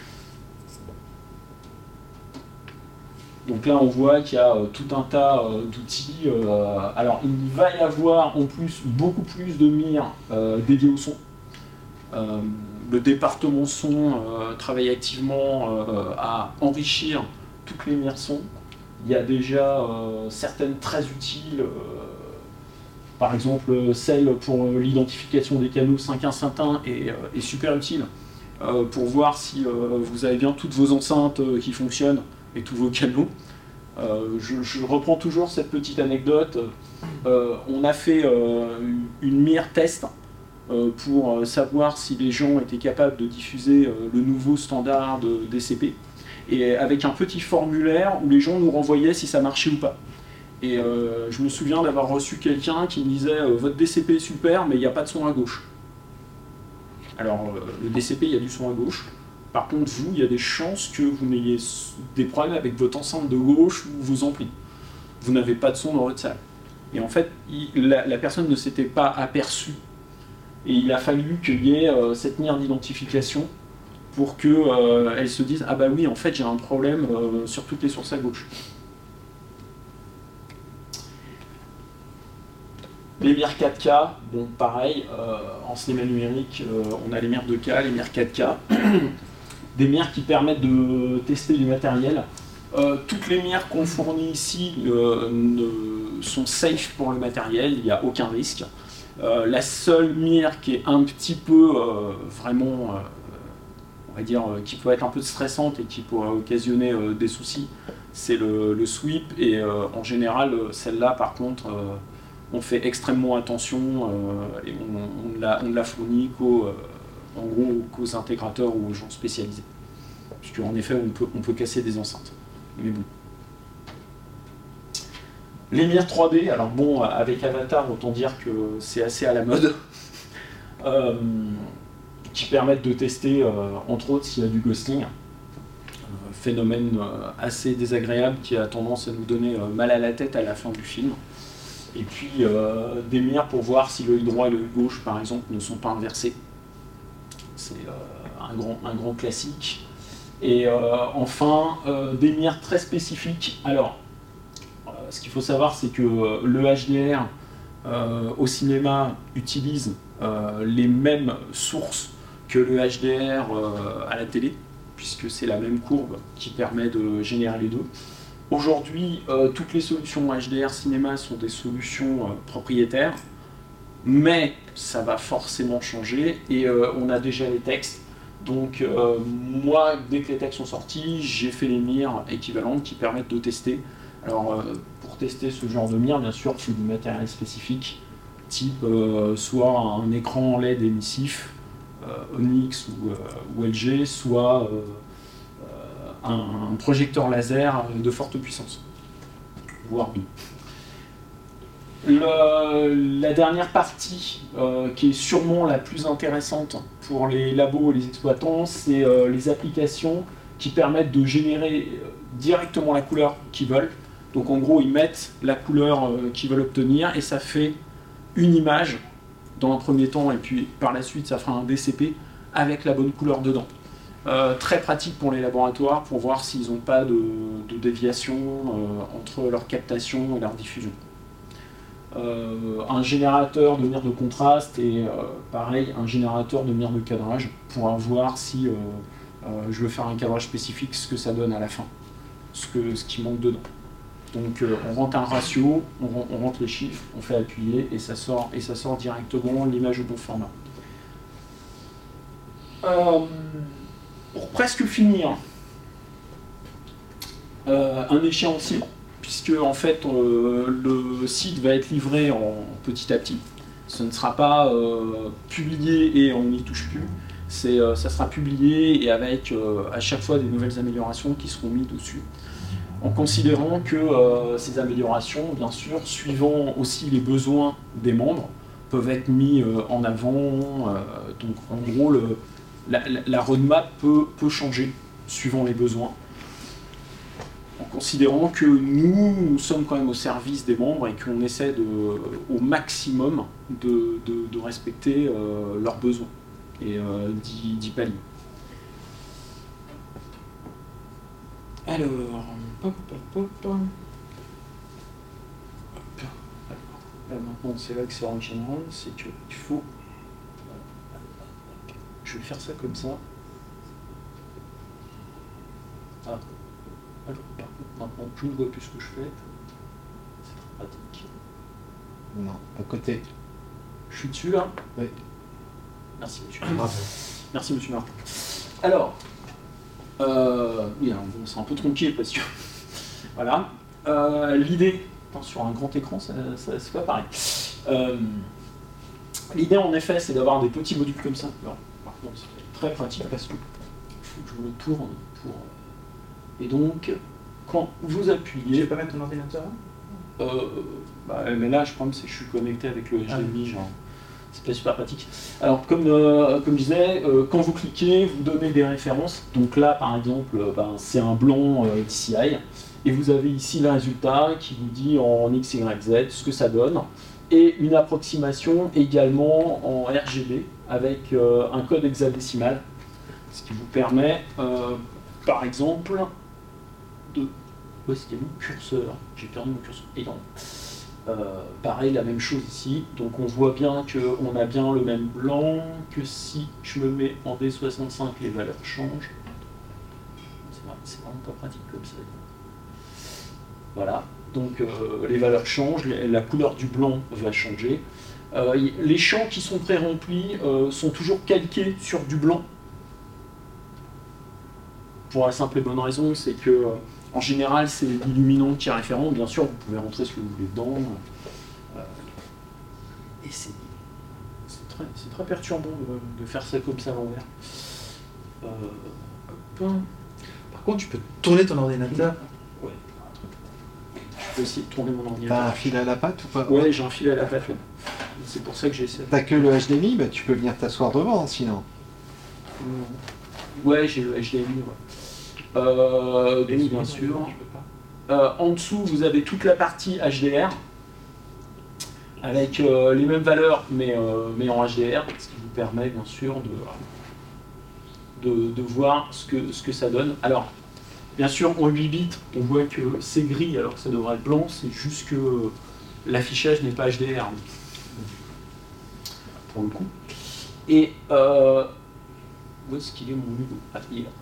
Donc là, on voit qu'il y a euh, tout un tas euh, d'outils. Euh, alors, il va y avoir en plus beaucoup plus de mires euh, dédiées au son. Euh, le département son euh, travaille activement euh, à enrichir toutes les mires son. Il y a déjà euh, certaines très utiles, euh, par exemple celle pour l'identification des canaux cinq un cinq un est, euh, est super utile euh, pour voir si euh, vous avez bien toutes vos enceintes euh, qui fonctionnent et tous vos canaux. Euh, je, je reprends toujours cette petite anecdote. Euh, on a fait euh, une mire test euh, pour euh, savoir si les gens étaient capables de diffuser euh, le nouveau standard de D C P, et avec un petit formulaire où les gens nous renvoyaient si ça marchait ou pas. Et euh, je me souviens d'avoir reçu quelqu'un qui me disait euh, « Votre D C P est super, mais il n'y a pas de son à gauche ». Alors, euh, le D C P, il y a du son à gauche. Par contre, vous, il y a des chances que vous n'ayez des problèmes avec votre enceinte de gauche ou vos amplis. Vous n'avez pas de son dans votre salle. Et en fait, il, la, la personne ne s'était pas aperçue. Et il a fallu qu'il y ait euh, cette mire d'identification pour qu'elle euh, se dise « Ah bah oui, en fait, j'ai un problème euh, sur toutes les sources à gauche ». Les mires quatre K, bon pareil, euh, en cinéma numérique, euh, on a les mires deux K, les mires quatre K. Des mires qui permettent de tester du matériel. Euh, toutes les mires qu'on fournit ici euh, ne sont safe pour le matériel, il n'y a aucun risque. Euh, la seule mire qui est un petit peu euh, vraiment, euh, on va dire, euh, qui peut être un peu stressante et qui pourrait occasionner euh, des soucis, c'est le, le sweep. Et euh, en général, celle-là, par contre, euh, on fait extrêmement attention euh, et on, on, la, on la fournit qu'aux euh, en gros qu'aux intégrateurs ou aux gens spécialisés. Puisqu'en effet, on peut, on peut casser des enceintes. Mais bon. Les mires trois D, alors bon, avec Avatar, autant dire que c'est assez à la mode, euh, qui permettent de tester, euh, entre autres, s'il y a du ghosting. Euh, phénomène euh, assez désagréable qui a tendance à nous donner euh, mal à la tête à la fin du film. Et puis euh, des mires pour voir si l'œil droit et l'œil gauche, par exemple, ne sont pas inversés. C'est euh, un, grand, un grand classique. Et euh, enfin, euh, des mires très spécifiques. Alors, euh, ce qu'il faut savoir, c'est que euh, le H D R euh, au cinéma utilise euh, les mêmes sources que le H D R euh, à la télé, puisque c'est la même courbe qui permet de générer les deux. Aujourd'hui, euh, toutes les solutions H D R cinéma sont des solutions euh, propriétaires, mais ça va forcément changer et euh, on a déjà les textes. Donc euh, moi, dès que les textes sont sortis, j'ai fait les mires équivalentes qui permettent de tester. Alors euh, pour tester ce genre de mire, bien sûr, il faut du matériel spécifique, type euh, soit un écran L E D émissif, euh, Onyx ou, euh, ou L G, soit euh, un projecteur laser de forte puissance, voire oui. Le, la dernière partie, euh, qui est sûrement la plus intéressante pour les labos et les exploitants, c'est euh, les applications qui permettent de générer euh, directement la couleur qu'ils veulent. Donc en gros, ils mettent la couleur euh, qu'ils veulent obtenir et ça fait une image dans un premier temps et puis par la suite ça fera un D C P avec la bonne couleur dedans. Euh, très pratique pour les laboratoires pour voir s'ils n'ont pas de, de déviation euh, entre leur captation et leur diffusion. Euh, un générateur de mire de contraste et euh, pareil un générateur de mire de cadrage pour voir si euh, euh, je veux faire un cadrage spécifique, ce que ça donne à la fin, ce, que, ce qui manque dedans. Donc euh, on rentre un ratio, on, on rentre les chiffres, on fait appuyer et ça sort, et ça sort directement l'image au bon format. Euh, pour presque finir, euh, un échéancier, puisque en fait euh, le site va être livré en petit à petit. Ce ne sera pas euh, publié et on n'y touche plus. C'est, euh, ça sera publié et avec euh, à chaque fois des nouvelles améliorations qui seront mises dessus. En considérant que euh, ces améliorations, bien sûr, suivant aussi les besoins des membres, peuvent être mis euh, en avant. Euh, donc en gros, le, la, la roadmap peut, peut changer suivant les besoins. En considérant que nous, nous sommes quand même au service des membres et qu'on essaie de, au maximum de, de, de respecter euh, leurs besoins et euh, d'y, d'y pallier. Alors, hop, hop, hop. Hop. Là, maintenant, c'est là que c'est en général, c'est qu'il faut... Je vais faire ça comme ça. Ah. Alors, par contre, maintenant, je ne vois plus ce que je fais. C'est très pratique.
Non, à côté.
Je suis dessus, là.
Oui.
Merci, monsieur.
Bravo.
Merci, monsieur Martin. Alors, euh, oui, alors, bon, c'est un peu tronqué parce que... voilà. Euh, L'idée, sur un grand écran, ça, ça, c'est pas pareil. Euh, L'idée, en effet, c'est d'avoir des petits modules comme ça. Alors, par contre, c'est très pratique parce que il faut que je me tourne pour... Et donc, quand vous appuyez...
Tu veux pas mettre ton ordinateur là
euh, bah, mais là, je pense que je suis connecté avec le H D M I, genre... C'est pas super pratique. Alors, comme, euh, comme je disais, euh, quand vous cliquez, vous donnez des références. Donc là, par exemple, euh, ben, c'est un blanc euh, D C I. Et vous avez ici le résultat qui vous dit en X, Y, Z ce que ça donne. Et une approximation également en R G B avec euh, un code hexadécimal. Ce qui vous permet, euh, par exemple, de... Où est-ce qu'il y a mon curseur? J'ai perdu mon curseur. Et non. Euh, pareil, la même chose ici. Donc on voit bien qu'on a bien le même blanc, que si je me mets en D soixante-cinq, les valeurs changent. C'est vrai, c'est vraiment pas pratique comme ça. Voilà. Donc euh, les valeurs changent, la couleur du blanc va changer. Euh, les champs qui sont pré-remplis euh, sont toujours calqués sur du blanc. Pour la simple et bonne raison, c'est que euh, en général, c'est l'illuminant qui est référent. Bien sûr, vous pouvez rentrer ce que vous voulez dedans. Euh, et c'est très, très perturbant de, de faire ça comme ça à l'envers. Euh,
Par contre, tu peux tourner ton ordinateur.
Ouais. Je peux essayer de tourner mon ordinateur.
T'as un fil à la patte ou pas?
Ouais, j'ai un fil à la patte. Ouais. C'est pour ça que j'ai essayé.
T'as que le H D M I, bah, tu peux venir t'asseoir devant sinon.
Ouais, j'ai le H D M I. Ouais. Euh, donc, bien sûr. Euh, en dessous, vous avez toute la partie H D R avec euh, les mêmes valeurs, mais, euh, mais en H D R, ce qui vous permet bien sûr de, de, de voir ce que, ce que ça donne. Alors, bien sûr, en huit bits, on voit que c'est gris alors que ça devrait être blanc, c'est juste que l'affichage n'est pas H D R pour le coup. Et euh, où est-ce qu'il est mon logo? Ah, il est là.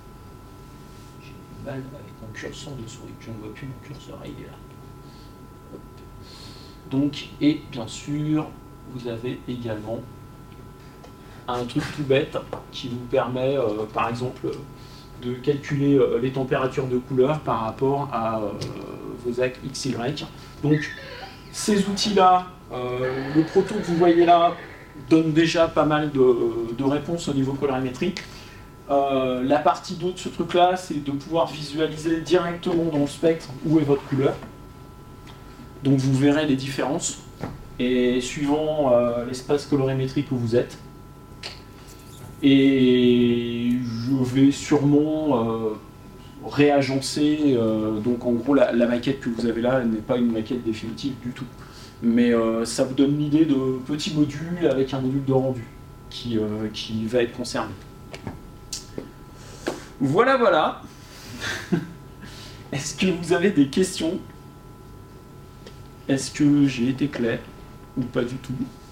Avec mon curseur de souris, je ne vois plus mon curseur, il est là. Hop. Donc, et bien sûr, vous avez également un truc tout bête qui vous permet, euh, par exemple, de calculer euh, les températures de couleur par rapport à euh, vos axes X Y. Donc, ces outils-là, euh, le proto que vous voyez là, donne déjà pas mal de, de réponses au niveau colorimétrie. Euh, la partie deux de ce truc-là, c'est de pouvoir visualiser directement dans le spectre où est votre couleur. Donc vous verrez les différences, et suivant euh, l'espace colorimétrique où vous êtes. Et je vais sûrement euh, réagencer, euh, donc en gros la, la maquette que vous avez là n'est pas une maquette définitive du tout. Mais euh, ça vous donne l'idée de petits modules avec un module de rendu qui, euh, qui va être concerné. Voilà, voilà. Est-ce que vous avez des questions? Est-ce que j'ai été clair ou pas du tout?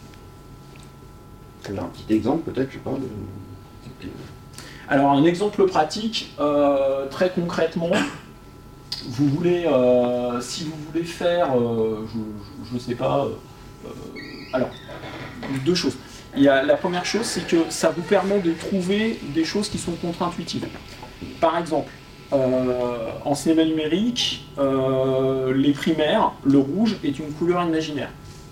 Alors, un petit exemple peut-être, je sais pas. De...
Alors un exemple pratique, euh, très concrètement, vous voulez, euh, si vous voulez faire, euh, je ne sais pas, euh, alors, deux choses. Il y a, la première chose, c'est que ça vous permet de trouver des choses qui sont contre-intuitives. Par exemple, euh, en cinéma numérique, euh, les primaires, le rouge est une couleur imaginaire.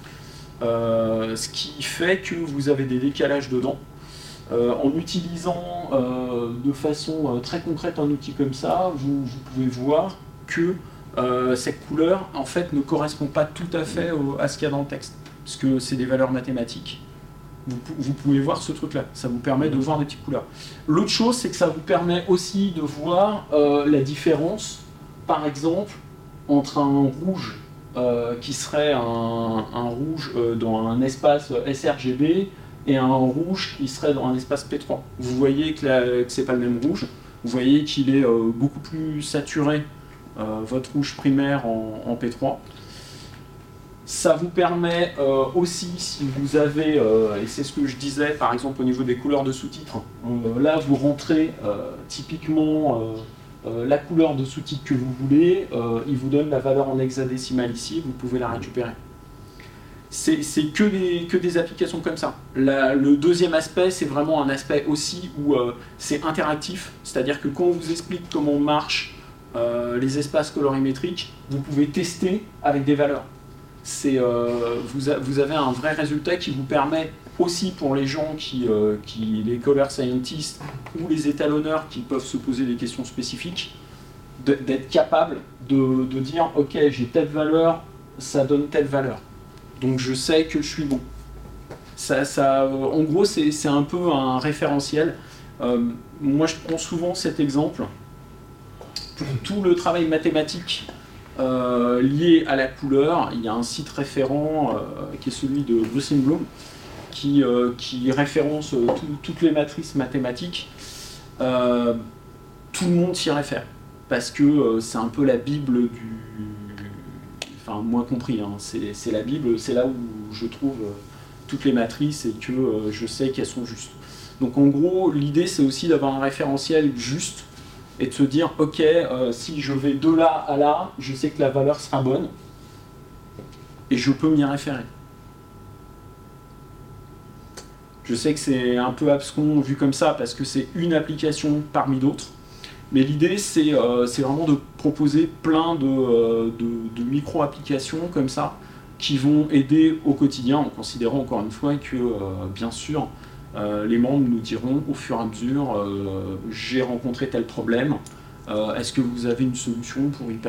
Euh, ce qui fait que vous avez des décalages dedans. Euh, en utilisant euh, de façon euh, très concrète un outil comme ça, vous, vous pouvez voir que euh, cette couleur en fait ne correspond pas tout à fait au, à ce qu'il y a dans le texte, parce que c'est des valeurs mathématiques. Vous, vous pouvez voir ce truc-là, ça vous permet de voir des petites couleurs. L'autre chose, c'est que ça vous permet aussi de voir euh, la différence, par exemple, entre un rouge euh, qui serait un, un rouge euh, dans un espace sRGB et un rouge qui serait dans un espace P trois. Vous voyez que, la, que c'est pas le même rouge, vous voyez qu'il est euh, beaucoup plus saturé, euh, votre rouge primaire en, en P trois. Ça vous permet euh, aussi, si vous avez, euh, et c'est ce que je disais par exemple au niveau des couleurs de sous-titres, euh, là vous rentrez euh, typiquement euh, euh, la couleur de sous-titres que vous voulez, euh, il vous donne la valeur en hexadécimale ici, vous pouvez la récupérer. C'est que des, que des applications comme ça. La, le deuxième aspect, c'est vraiment un aspect aussi où euh, c'est interactif, c'est-à-dire que quand on vous explique comment marchent euh, les espaces colorimétriques, vous pouvez tester avec des valeurs. Euh, vous, a, vous avez un vrai résultat qui vous permet aussi pour les gens qui, euh, qui les color scientists ou les étalonneurs qui peuvent se poser des questions spécifiques, d'être capable de, de dire ok, j'ai telle valeur, ça donne telle valeur. Donc je sais que je suis bon. Ça, ça, euh, en gros, c'est un peu un référentiel. Euh, moi, je prends souvent cet exemple pour tout le travail mathématique euh, lié à la couleur. Il y a un site référent euh, qui est celui de Grussenblum qui, euh, qui référence euh, tout, toutes les matrices mathématiques. Euh, tout le monde s'y réfère parce que euh, c'est un peu la Bible du... Enfin, moi compris, hein, c'est la Bible, c'est là où je trouve euh, toutes les matrices et que euh, je sais qu'elles sont justes. Donc en gros, l'idée c'est aussi d'avoir un référentiel juste et de se dire, ok, euh, si je vais de là à là, je sais que la valeur sera bonne et je peux m'y référer. Je sais que c'est un peu abscon vu comme ça parce que c'est une application parmi d'autres. Mais l'idée, c'est euh, vraiment de proposer plein de, euh, de, de micro-applications comme ça qui vont aider au quotidien, en considérant encore une fois que, euh, bien sûr, euh, les membres nous diront au fur et à mesure euh, « j'ai rencontré tel problème, euh, est-ce que vous avez une solution pour y pallier ?»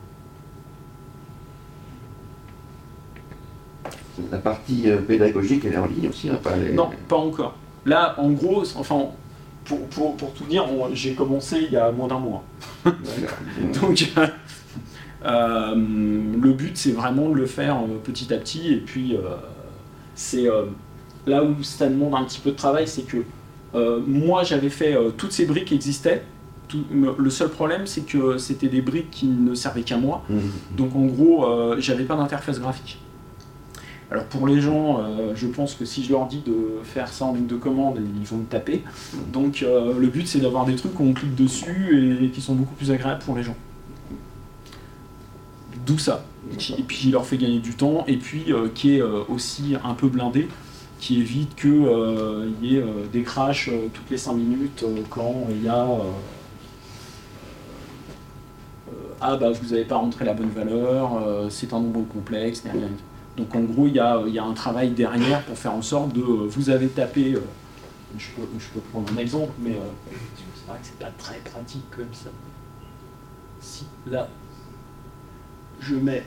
La partie euh, pédagogique, elle est en ligne aussi, hein, pas les...
Non, pas encore. Là, en gros, enfin... Pour, pour, pour tout dire, j'ai commencé il y a moins d'un mois. Donc, euh, le but, c'est vraiment de le faire euh, petit à petit. Et puis, euh, c'est euh, là où ça demande un petit peu de travail, c'est que euh, moi, j'avais fait euh, toutes ces briques qui existaient. Tout, le seul problème, c'est que c'était des briques qui ne servaient qu'à moi. Mmh. Donc, en gros, euh, j'avais pas d'interface graphique. Alors pour les gens, euh, je pense que si je leur dis de faire ça en ligne de commande, ils vont me taper. Donc euh, le but c'est d'avoir des trucs où on clique dessus et, et qui sont beaucoup plus agréables pour les gens. D'où ça. Et puis il leur fait gagner du temps et puis euh, qui est euh, aussi un peu blindé, qui évite qu'il euh, y ait euh, des crashs euh, toutes les cinq minutes euh, quand il y a euh, euh, ah bah vous n'avez pas rentré la bonne valeur, euh, c'est un nombre complexe, rien, rien. Donc en gros, il y a, il y a un travail derrière pour faire en sorte de, vous avez tapé je peux, je peux prendre un exemple, mais euh, c'est vrai que c'est pas très pratique comme ça. Si là, je mets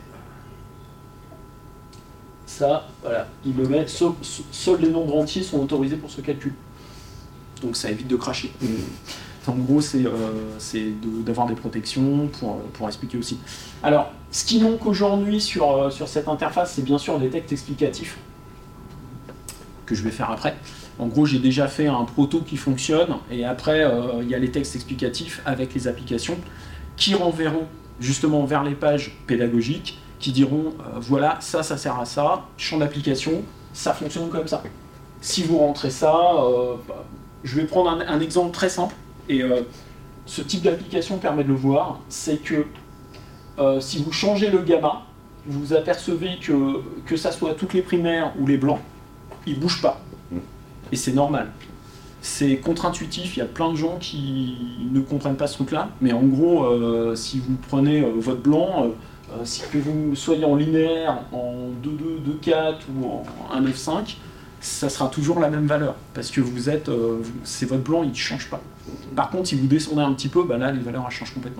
ça, voilà, il me met seul, seuls les nombres entiers sont autorisés pour ce calcul. Donc ça évite de cracher. Mmh. En gros, c'est euh, d'avoir des protections pour, pour expliquer aussi. Alors, ce qui manque aujourd'hui sur, sur cette interface, c'est bien sûr des textes explicatifs que je vais faire après. En gros, j'ai déjà fait un proto qui fonctionne, et après, euh, il y a les textes explicatifs avec les applications qui renverront justement vers les pages pédagogiques, qui diront, euh, voilà, ça, ça sert à ça, champ d'application, ça fonctionne comme ça. Si vous rentrez ça, euh, bah, je vais prendre un, un exemple très simple, et euh, ce type d'application permet de le voir, c'est que euh, si vous changez le gamma, vous apercevez que, que ça soit toutes les primaires ou les blancs, ils ne bougent pas. Et c'est normal. C'est contre-intuitif, il y a plein de gens qui ne comprennent pas ce truc-là, mais en gros, euh, si vous prenez euh, votre blanc, euh, si que vous soyez en linéaire, en deux deux, deux quatre ou en un neuf cinq, ça sera toujours la même valeur, parce que vous êtes, euh, c'est votre blanc, il ne change pas. Par contre, si vous descendez un petit peu, bah là, les valeurs elles changent complètement.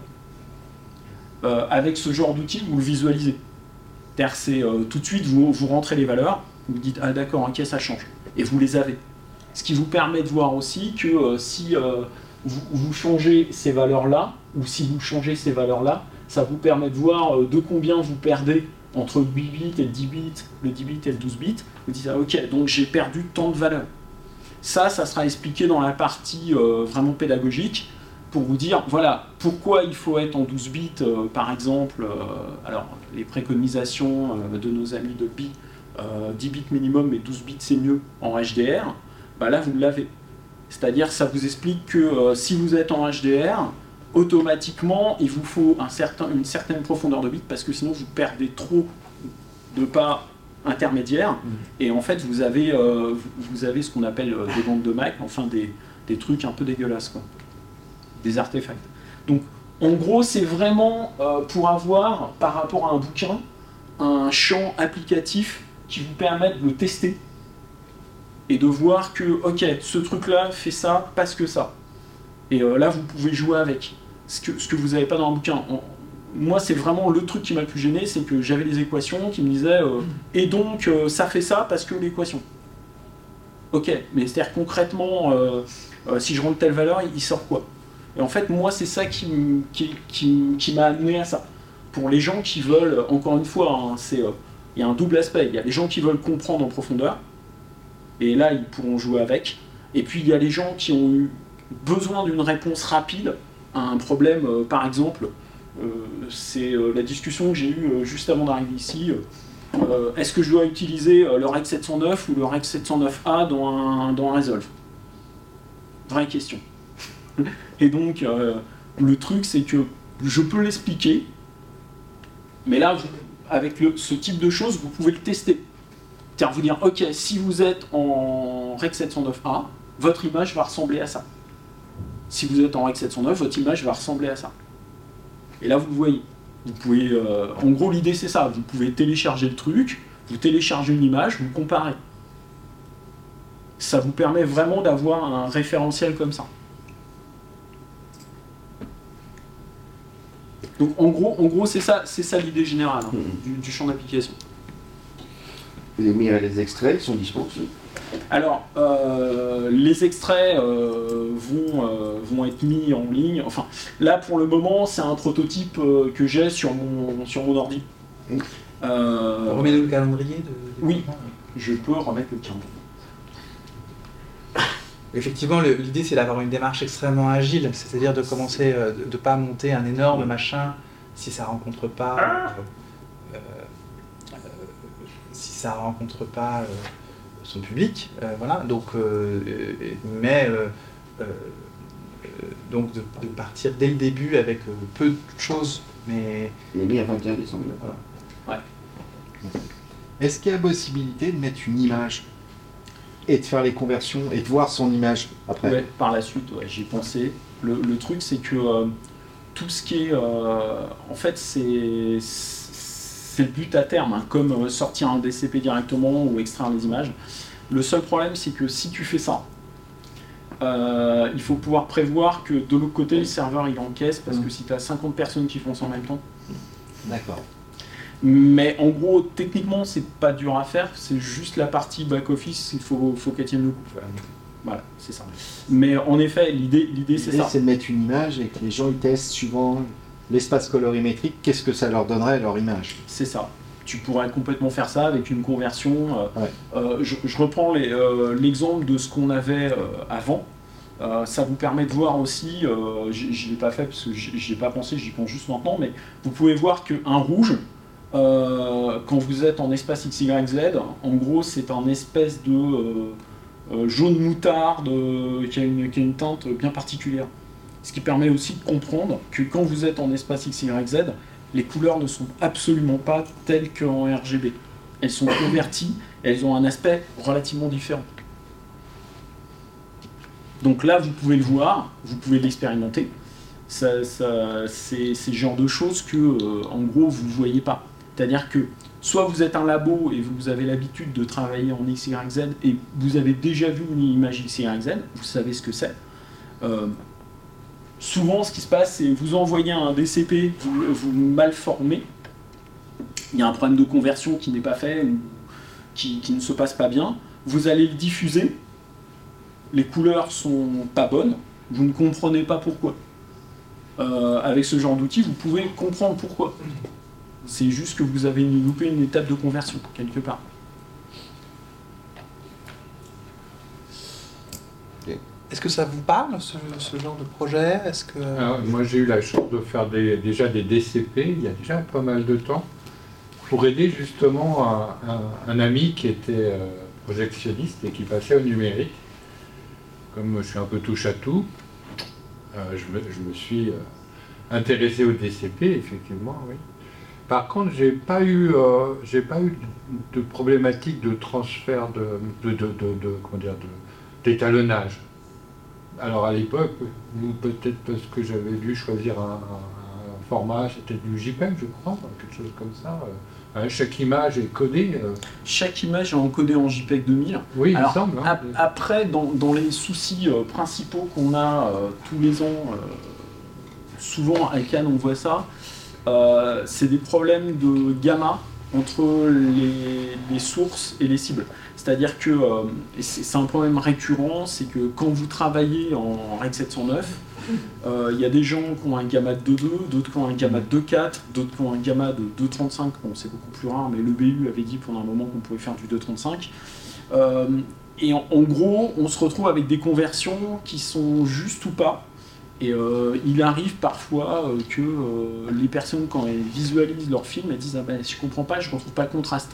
Euh, avec ce genre d'outil, vous le visualisez. C'est-à-dire, c'est euh, tout de suite, vous, vous rentrez les valeurs, vous dites, ah d'accord, ok, ça change, et vous les avez. Ce qui vous permet de voir aussi que euh, si euh, vous, vous changez ces valeurs-là, ou si vous changez ces valeurs-là, ça vous permet de voir euh, de combien vous perdez entre le huit bits et le dix bits, le dix bits et le douze bits. Vous dites, ah, ok, donc j'ai perdu tant de valeurs. Ça, ça sera expliqué dans la partie euh, vraiment pédagogique, pour vous dire, voilà, pourquoi il faut être en douze bits, euh, par exemple, euh, alors, les préconisations euh, de nos amis de Bi, euh, dix bits minimum, mais douze bits c'est mieux en H D R, bah là, vous l'avez. C'est-à-dire, ça vous explique que euh, si vous êtes en H D R, automatiquement, il vous faut un certain, une certaine profondeur de bits, parce que sinon, vous perdez trop de pas intermédiaires, mmh. et en fait, vous avez, euh, vous avez ce qu'on appelle euh, des bandes de M A C, enfin des, des trucs un peu dégueulasses, quoi. Des artefacts. Donc, en gros, c'est vraiment euh, pour avoir, par rapport à un bouquin, un champ applicatif qui vous permet de le tester, et de voir que, ok, ce truc-là fait ça parce que ça. Et euh, là, vous pouvez jouer avec. Ce que, ce que vous n'avez pas dans un bouquin. En, moi, c'est vraiment le truc qui m'a le plus gêné, c'est que j'avais les équations qui me disaient euh, et donc, euh, ça fait ça parce que l'équation. Ok, mais c'est-à-dire concrètement, euh, euh, si je rentre telle valeur, il, il sort quoi? Et en fait, moi, c'est ça qui, qui, qui, qui m'a amené à ça. Pour les gens qui veulent, encore une fois, hein, c'est, euh, il y a un double aspect. Il y a les gens qui veulent comprendre en profondeur, et là, ils pourront jouer avec. Et puis, il y a les gens qui ont eu besoin d'une réponse rapide à un problème, euh, par exemple, euh, c'est euh, la discussion que j'ai eue euh, juste avant d'arriver ici. Euh, Est-ce que je dois utiliser euh, le rec sept cent neuf ou le rec sept cent neuf A dans un, dans un Resolve? Vraie question. Et donc, euh, le truc, c'est que je peux l'expliquer, mais là, vous, avec le, ce type de choses, vous pouvez le tester. C'est-à-dire vous dire, ok, si vous êtes en rec sept cent neuf A, votre image va ressembler à ça. Si vous êtes en rec sept cent neuf, votre image va ressembler à ça. Et là, vous le voyez. Vous pouvez, euh, en gros, l'idée, c'est ça. Vous pouvez télécharger le truc, vous téléchargez une image, vous comparez. Ça vous permet vraiment d'avoir un référentiel comme ça. Donc, en gros, en gros c'est ça, c'est ça l'idée générale hein, mmh. du, du champ d'application.
Les, les extraits sont disponibles aussi.
Alors, euh, les extraits euh, vont, euh, vont être mis en ligne. Enfin, là, pour le moment, c'est un prototype euh, que j'ai sur mon, sur mon ordi.
Mmh. Euh, On remet le calendrier de...
Oui, je peux remettre le calendrier.
Effectivement, l'idée, c'est d'avoir une démarche extrêmement agile, c'est-à-dire de commencer, euh, de ne pas monter un énorme mmh. machin si ça ne rencontre pas... Euh, euh, si ça rencontre pas... Euh, son public, euh, voilà, donc, euh, mais euh, euh, donc de, de partir dès le début avec euh, peu de choses, mais...
Il est mis à vingt et un décembre.
Voilà.
Ouais. Est-ce qu'il y a possibilité de mettre une image et de faire les conversions et de voir son image après?
Ouais, par la suite, ouais, j'y ai pensé. Le, le truc, c'est que euh, tout ce qui est... Euh, en fait, c'est... C'est le but à terme, hein, comme euh, sortir un D C P directement ou extraire les images. Le seul problème, c'est que si tu fais ça, Euh, il faut pouvoir prévoir que de l'autre côté, le serveur il encaisse, parce que si tu as cinquante personnes qui font ça en même temps.
D'accord.
Mais en gros, techniquement, c'est pas dur à faire, c'est juste la partie back-office, il faut, faut qu'elle tienne le coup. Voilà, c'est ça. Mais en effet, l'idée, l'idée c'est
L'idée,
ça.
c'est de mettre une image et que les gens ils testent suivant l'espace colorimétrique, qu'est-ce que ça leur donnerait à leur image.
C'est ça. Tu pourrais complètement faire ça avec une conversion. Euh,
Ouais.
euh, je, je reprends les, euh, l'exemple de ce qu'on avait euh, avant. Euh, ça vous permet de voir aussi, euh, je ne l'ai pas fait parce que j'y ai pas pensé, j'y pense juste maintenant, mais vous pouvez voir qu'un rouge, euh, quand vous êtes en espace X Y Z, en gros c'est un espèce de euh, euh, jaune moutarde euh, qui, a une, qui a une teinte bien particulière. Ce qui permet aussi de comprendre que quand vous êtes en espace X Y Z, les couleurs ne sont absolument pas telles qu'en R G B. Elles sont converties, elles ont un aspect relativement différent. Donc là, vous pouvez le voir, vous pouvez l'expérimenter. Ça, ça, c'est, c'est le genre de choses que, euh, en gros, vous ne voyez pas. C'est-à-dire que soit vous êtes un labo et vous avez l'habitude de travailler en X Y Z et vous avez déjà vu une image X Y Z, vous savez ce que c'est. Euh, souvent, ce qui se passe, c'est vous envoyez un D C P, vous, vous mal formez, il y a un problème de conversion qui n'est pas fait ou qui, qui ne se passe pas bien, vous allez le diffuser, les couleurs sont pas bonnes, vous ne comprenez pas pourquoi. Euh, avec ce genre d'outil, vous pouvez comprendre pourquoi. C'est juste que vous avez loupé une étape de conversion, quelque part.
Est-ce que ça vous parle, ce, ce genre de projet? Est-ce que...
Alors, moi, j'ai eu la chance de faire des, déjà des D C P il y a déjà pas mal de temps pour aider justement un, un, un ami qui était euh, projectionniste et qui passait au numérique. Comme je suis un peu touche à tout, euh, je, me, je me suis euh, intéressé au D C P, effectivement, oui. Par contre, j'ai pas eu, euh, j'ai pas eu de, de problématique de transfert de, de, de, de, de comment dire, de, d'étalonnage. Alors à l'époque, ou peut-être parce que j'avais dû choisir un, un, un format, c'était du JPEG, je crois, quelque chose comme ça. Euh, chaque image est codée. Euh.
Chaque image est encodée en JPEG deux mille.
Oui, il
Alors,
me semble. Hein.
ap- après, dans, dans les soucis euh, principaux qu'on a euh, tous les ans, euh, souvent à Cannes on voit ça, euh, c'est des problèmes de gamma entre les, les sources et les cibles. C'est-à-dire que euh, c'est, c'est un problème récurrent, c'est que quand vous travaillez en Rec sept cent neuf, il euh, y a des gens qui ont un gamma de deux virgule deux, d'autres qui ont un gamma de deux virgule quatre, d'autres qui ont un gamma de deux virgule trente-cinq. Bon, c'est beaucoup plus rare, mais le B U avait dit pendant un moment qu'on pouvait faire du deux virgule trente-cinq. Euh, et en, en gros, on se retrouve avec des conversions qui sont justes ou pas. Et euh, il arrive parfois euh, que euh, les personnes, quand elles visualisent leur film, elles disent ah ben, je comprends pas, je retrouve pas le contraste.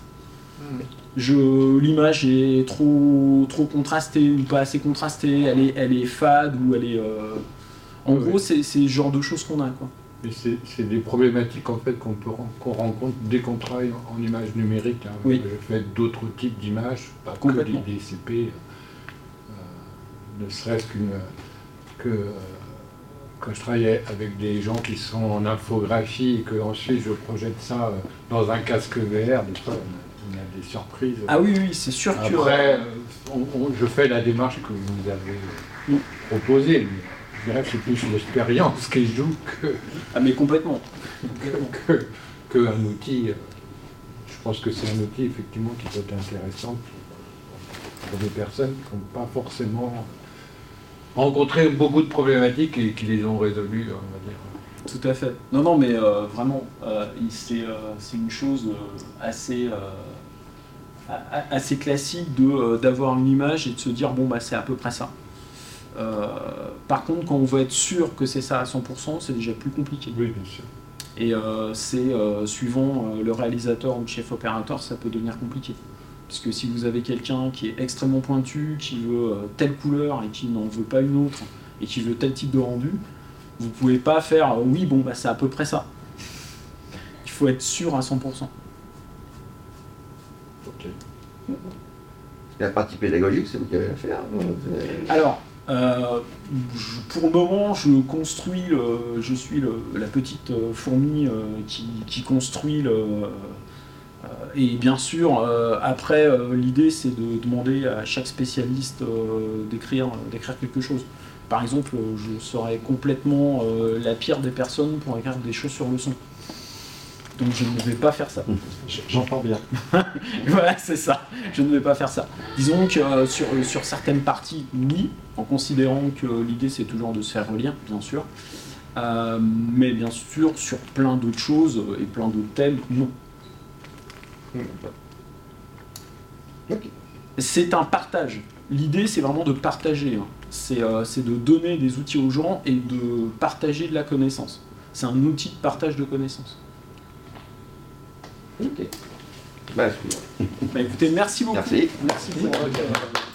Je, l'image est trop, trop contrastée ou pas assez contrastée, elle est, elle est fade ou elle est... Euh... En
Oui.
gros, c'est, c'est le genre de choses qu'on a, quoi.
Mais c'est, c'est des problématiques en fait qu'on, peut, qu'on rencontre dès qu'on travaille en, en image numérique. Hein.
Oui.
Je fais d'autres types d'images, pas que des
Complètement.
D C P, euh, ne serait-ce qu'une... que euh, quand je travaillais avec des gens qui sont en infographie et que ensuite je projette ça euh, dans un casque V R, des fois on a, on a des surprises.
Ah oui, oui, c'est sûr que...
Après, euh, on, on- je fais la démarche que vous avez
Mm.
proposée, mais je dirais que c'est plus l'expérience qui joue que,
Ah mais complètement. Complètement.
que, que un outil. euh, Je pense que c'est un outil effectivement qui peut être intéressant pour, pour des personnes qui n'ont pas forcément rencontré beaucoup de problématiques et qui les ont résolues, on va dire.
Tout à fait. Non, non, mais euh, vraiment, euh, il- c'est, euh, c'est une chose euh, assez, euh, a- a- assez classique de, euh, d'avoir une image et de se dire, bon, bah, c'est à peu près ça. Euh, par contre, quand on veut être sûr que c'est ça à cent pour cent, c'est déjà plus compliqué.
Oui, bien sûr.
Et euh, c'est, euh, suivant euh, le réalisateur ou le chef opérateur, ça peut devenir compliqué. Parce que si vous avez quelqu'un qui est extrêmement pointu, qui veut euh, telle couleur et qui n'en veut pas une autre, et qui veut tel type de rendu, vous pouvez pas faire euh, oui, bon, bah, c'est à peu près ça. Il faut être sûr à cent pour cent.
Ok.
La partie pédagogique, c'est vous qui avez à faire. non C'est-
Alors, euh, je- pour le moment, je construis, le- je suis le- la petite euh, fourmi euh, qui, qui construit le, Et bien sûr, euh, après, euh, l'idée c'est de demander à chaque spécialiste euh, d'écrire d'écrire quelque chose. Par exemple, je serais complètement euh, la pire des personnes pour écrire des choses sur le son. Donc je ne vais pas faire ça.
J'entends bien.
Voilà, c'est ça. Je ne vais pas faire ça. Disons que euh, sur, sur certaines parties, oui, en considérant que l'idée c'est toujours de se faire relire, bien sûr. Euh, mais bien sûr, sur plein d'autres choses et plein d'autres thèmes, non.
Ok.
C'est un partage. L'idée, c'est vraiment de partager. Hein. C'est euh, c'est de donner des outils aux gens et de partager de la connaissance. C'est un outil de partage de connaissances.
Ok. Bah, excuse-moi.
Bah, écoutez, merci beaucoup.
Merci.
Merci pour, euh,